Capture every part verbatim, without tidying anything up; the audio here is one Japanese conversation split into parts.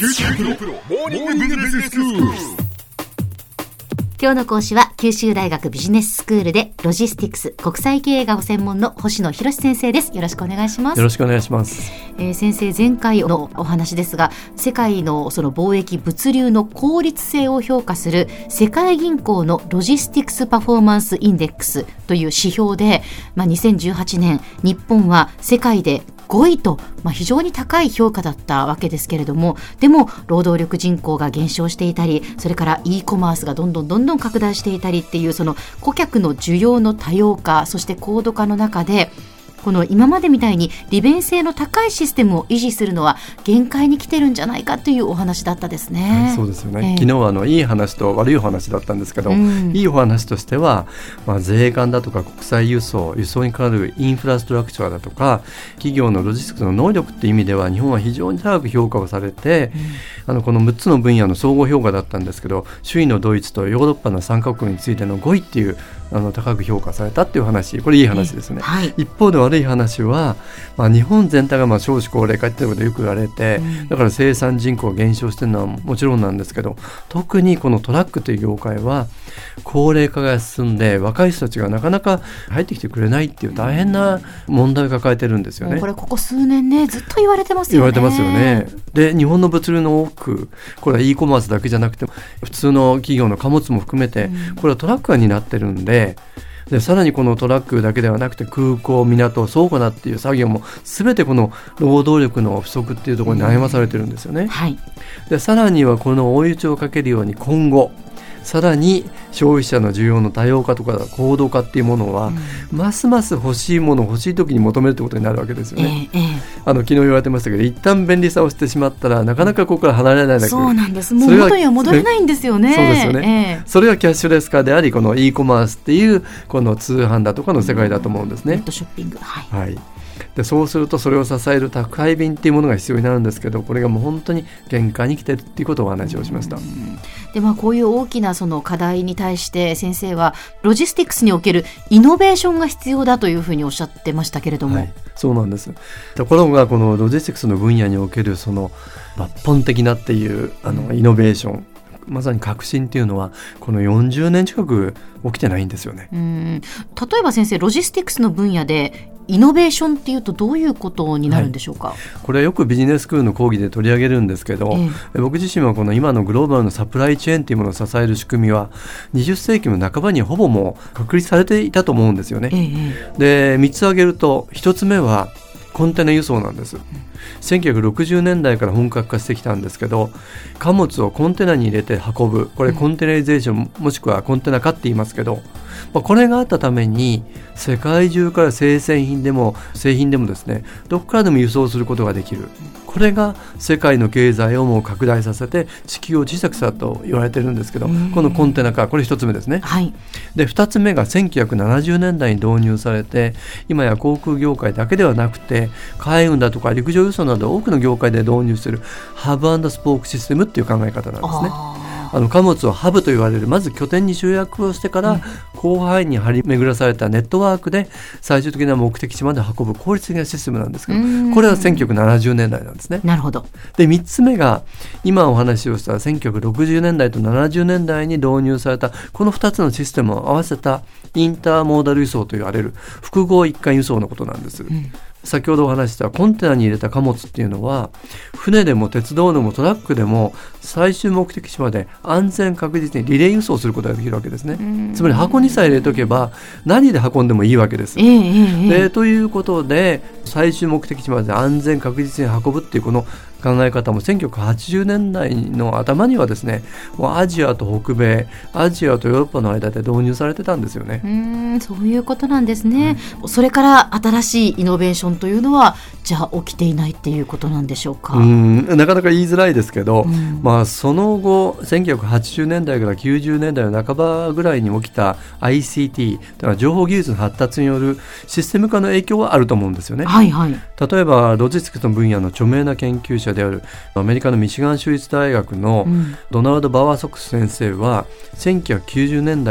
九州大学モーニングビジネススクール。 今日の講師は九州大学ビジネススクールでロジスティクス国際経営がご専門の星野博先生です。よろしくお願いします。 よろしくお願いします。 えー、先生、前回のお話ですが、世界のその貿易物流の効率性を評価する世界銀行のロジスティクスパフォーマンスインデックスという指標で、まあ、にせんじゅうはちねん日本は世界でごいと、まあ、非常に高い評価だったわけですけれども、でも労働力人口が減少していたり、それから e コマースがどんどんどんどん拡大していたりっていう、その顧客の需要の多様化、そして高度化の中で、この今までみたいに利便性の高いシステムを維持するのは限界に来てるんじゃないかというお話だったですね。 はい、そうですよね、 えー、 昨日はあのいい話と悪いお話だったんですけど、うん、いいお話としては、まあ、税関だとか国際輸送、輸送に関わるインフラストラクチャーだとか企業のロジスティクスの能力っていう意味では日本は非常に高く評価をされて、うん、あのこのむっつの分野の総合評価だったんですけど、首位のドイツとヨーロッパのさんカ国についてのごいっていうあの高く評価されたっていう話、これいい話ですね、えーはい、一方で悪い話は、まあ、日本全体がまあ少子高齢化っていうことでよく言われて、うん、だから生産人口が減少してるのはもちろんなんですけど、特にこのトラックという業界は高齢化が進んで若い人たちがなかなか入ってきてくれないっていう大変な問題を抱えてるんですよね。 これここ数年ねずっと言われてますよね。 言われてますよね。で、日本の物流の多く、これは e コマースだけじゃなくて普通の企業の貨物も含めて、うん、これはトラックが担ってるんで、でさらにこのトラックだけではなくて空港、港、倉庫だっていう作業も全てこの労働力の不足っていうところに悩まされてるんですよね、うんはい、でさらにはこの追い打ちをかけるように今後さらに消費者の需要の多様化とか高度化っていうものは、うん、ますます欲しいものを欲しい時に求めるってことになるわけですよね、えーえー、あの昨日言われてましたけど、一旦便利さをしてしまったらなかなかここから離れられないだけ。 そうなんです。もう元には戻れないんですよね。 そうですよね、えー、それがキャッシュレス化であり、この e コマースっていうこの通販だとかの世界だと思うんですね、 うん、ネットショッピング、はい、はいでそうするとそれを支える宅配便っていうものが必要になるんですけど、これがもう本当に限界に来てるっていうことをお話をしました。うんでまあ、こういう大きなその課題に対して先生はロジスティクスにおけるイノベーションが必要だというふうにおっしゃってましたけれども、はい、 そうなんです。ところがこのロジスティクスの分野におけるその抜本的なっていうあのイノベーション、まさに革新っていうのはこのよんじゅうねん近く起きてないんですよね。 うん例えば先生、ロジスティクスの分野でイノベーションっていうとどういうことになるんでしょうか。はい、 これはよくビジネススクールの講義で取り上げるんですけど、ええ、僕自身はこの今のグローバルのサプライチェーンというものを支える仕組みはにじゅっせいきの半ばにほぼもう確立されていたと思うんですよね。え、でみっつ挙げると、ひとつめはコンテナ輸送なんです。せんきゅうひゃくろくじゅうねんだいから本格化してきたんですけど、貨物をコンテナに入れて運ぶ、これコンテナリゼーション、もしくはコンテナ化って言いますけど、まあ、これがあったために世界中から生鮮品でも製品でもですね、どこからでも輸送することができる。これが世界の経済をもう拡大させて地球を小さくしたと言われてるんですけど、このコンテナ化、これ一つ目ですね、はい、で二つ目がせんきゅうひゃくななじゅうねんだいに導入されて、今や航空業界だけではなくて海運だとか陸上輸送など多くの業界で導入するハブ&スポークシステムっていう考え方なんですね。あの貨物をハブと言われる、まず拠点に集約をしてから広範囲に張り巡らされたネットワークで最終的な目的地まで運ぶ効率的なシステムなんですけど、これはせんきゅうひゃくななじゅうねんだいなんですね。 なるほど。 でみっつめが今お話をしたせんきゅうひゃくろくじゅうねんだいとななじゅうねんだいに導入されたこのふたつのシステムを合わせたインターモーダル輸送と言われる複合一貫輸送のことなんです。うん、先ほどお話したコンテナに入れた貨物っていうのは船でも鉄道でもトラックでも最終目的地まで安全確実にリレー輸送することができるわけですね。つまり箱にさえ入れとけば何で運んでもいいわけです、えーえー、でということで最終目的地まで安全確実に運ぶっていうこの考え方もせんきゅうひゃくはちじゅうねんだいの頭にはですね、もうアジアと北米、アジアとヨーロッパの間で導入されてたんですよね。 うーん、そういうことなんですね、うん、それから新しいイノベーションというのはじゃあ起きていないっていうことなんでしょうか。 うん、なかなか言いづらいですけど、うん、まあ、その後せんきゅうひゃくはちじゅうねんだいからきゅうじゅうねんだいの半ばぐらいに起きた アイシーティー というのは情報技術の発達によるシステム化の影響はあると思うんですよね。はいはい、例えばロジスティクスの分野の著名な研究者であるアメリカのミシガン州立大学のドナルド・バワーソックス先生はせんきゅうひゃくきゅうじゅうねんだいを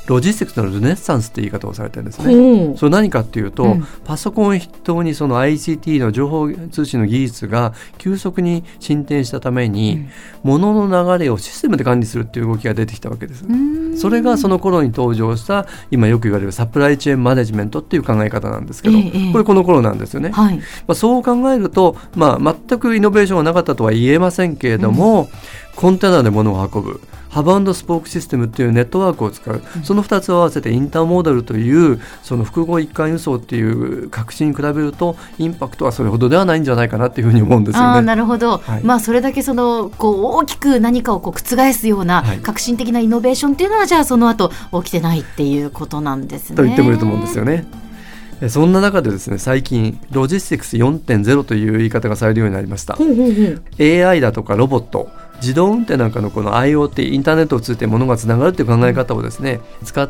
ロジスティクスのルネッサンスって言い方をされてるんですね。それ何かっていうと、うん、パソコンを筆頭にその アイシーティー の情報通信の技術が急速に進展したために、うん、物の流れをシステムで管理するっていう動きが出てきたわけです。それがその頃に登場した今よく言われるサプライチェーンマネジメントっていう考え方なんですけど、えー、これこの頃なんですよね、はい。まあ、そう考えると、まあ、全くイノベーションがなかったとは言えませんけれども、うん、コンテナで物を運ぶハブ&スポークシステムっていうネットワークを使う、うん、そのふたつを合わせてインターモーダルというその複合一貫輸送っていう革新に比べるとインパクトはそれほどではないんじゃないかなっていうふうに思うんですよね。 あ、なるほど、はい。まあ、それだけそのこう大きく何かをこう覆すような革新的なイノベーションっていうのは、はい、じゃあその後起きてないっていうことなんですね。 と言ってもいいと思うんですよね。そんな中でですね、最近ロジスティクス よんてんゼロ という言い方がされるようになりました。うんうんうん、エーアイ だとかロボット、自動運転なんかのこの アイオーティー インターネットを通じて物がつながるっていう考え方をですね、使って、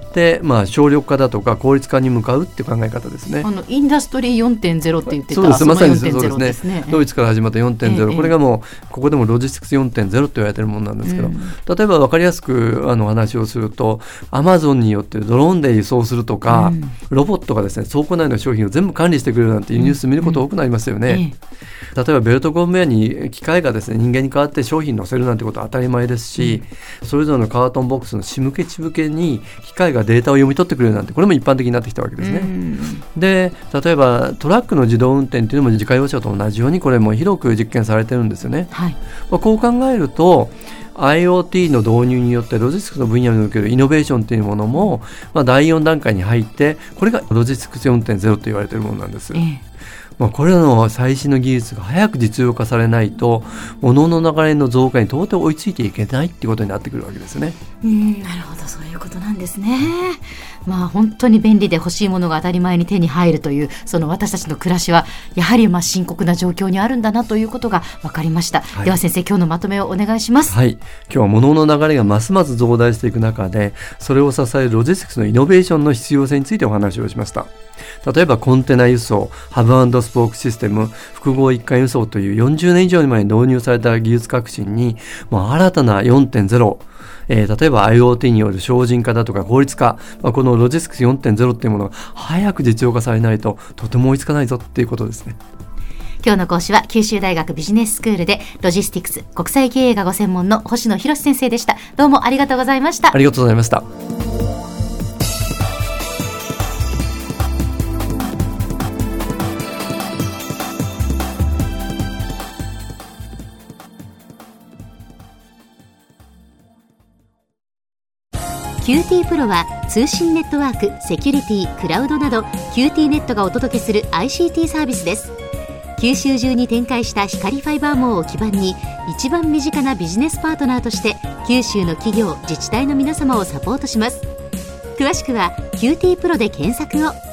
まあ、省力化だとか効率化に向かうっていう考え方ですね。 あのインダストリー よんてんゼロ って言ってた、 そうです、まさにそうですね、 ですね。 ドイツから始まった よんてんゼロ、ええ、これがもうここでもロジスティクス よんてんゼロ と言われているものなんですけど、うん、例えば分かりやすくあの話をすると、アマゾンによってドローンで輸送するとか、うん、ロボットがですね倉庫内の商品を全部管理してくれるなんていうニュース見ること多くなりますよね、うんうん、ええ、例えばベルトコンベヤーに機械がですね人間に代わって商品乗せるなんてことは当たり前ですし、うん、それぞれのカートンボックスの仕向け地向けに機械がデータを読み取ってくれるなんて、これも一般的になってきたわけですね、うん、で例えばトラックの自動運転というのも自家用車と同じようにこれも広く実験されてるんですよね、はい。まあ、こう考えると アイオーティー の導入によってロジスティクスの分野におけるイノベーションというものも、まあ、だいよん段階に入って、これがロジスティクス よんてんゼロ と言われているものなんです、ええ。まあ、これらの最新の技術が早く実用化されないと物の流れの増加に到底追いついていけないっていうことになってくるわけですね。 うん、なるほど、そういうことなんですね。まあ、本当に便利で欲しいものが当たり前に手に入るというその私たちの暮らしはやはりまあ深刻な状況にあるんだなということが分かりました、はい。では先生、今日のまとめをお願いします。 はい、今日は物の流れがますます増大していく中で、それを支えるロジスティクスのイノベーションの必要性についてお話をしました。例えばコンテナ輸送、ハブ&スポークシステム、複合一貫輸送というよんじゅうねん以上前に導入された技術革新に、もう新たな よんてんゼロ、えー、例えば アイオーティー による精進化だとか効率化、まあ、このロジスティクス よんてんゼロ っていうものが早く実用化されないととても追いつかないぞっていうことですね。 今日の講師は九州大学ビジネススクールでロジスティクス国際経営がご専門の星野博先生でした。どうもありがとうございました。 ありがとうございました。 キューティー プロは通信ネットワーク、セキュリティ、クラウドなど キューティー ネットがお届けする アイシーティー サービスです。九州中に展開した光ファイバー網を基盤に一番身近なビジネスパートナーとして九州の企業、自治体の皆様をサポートします。詳しくは キューティー プロで検索を。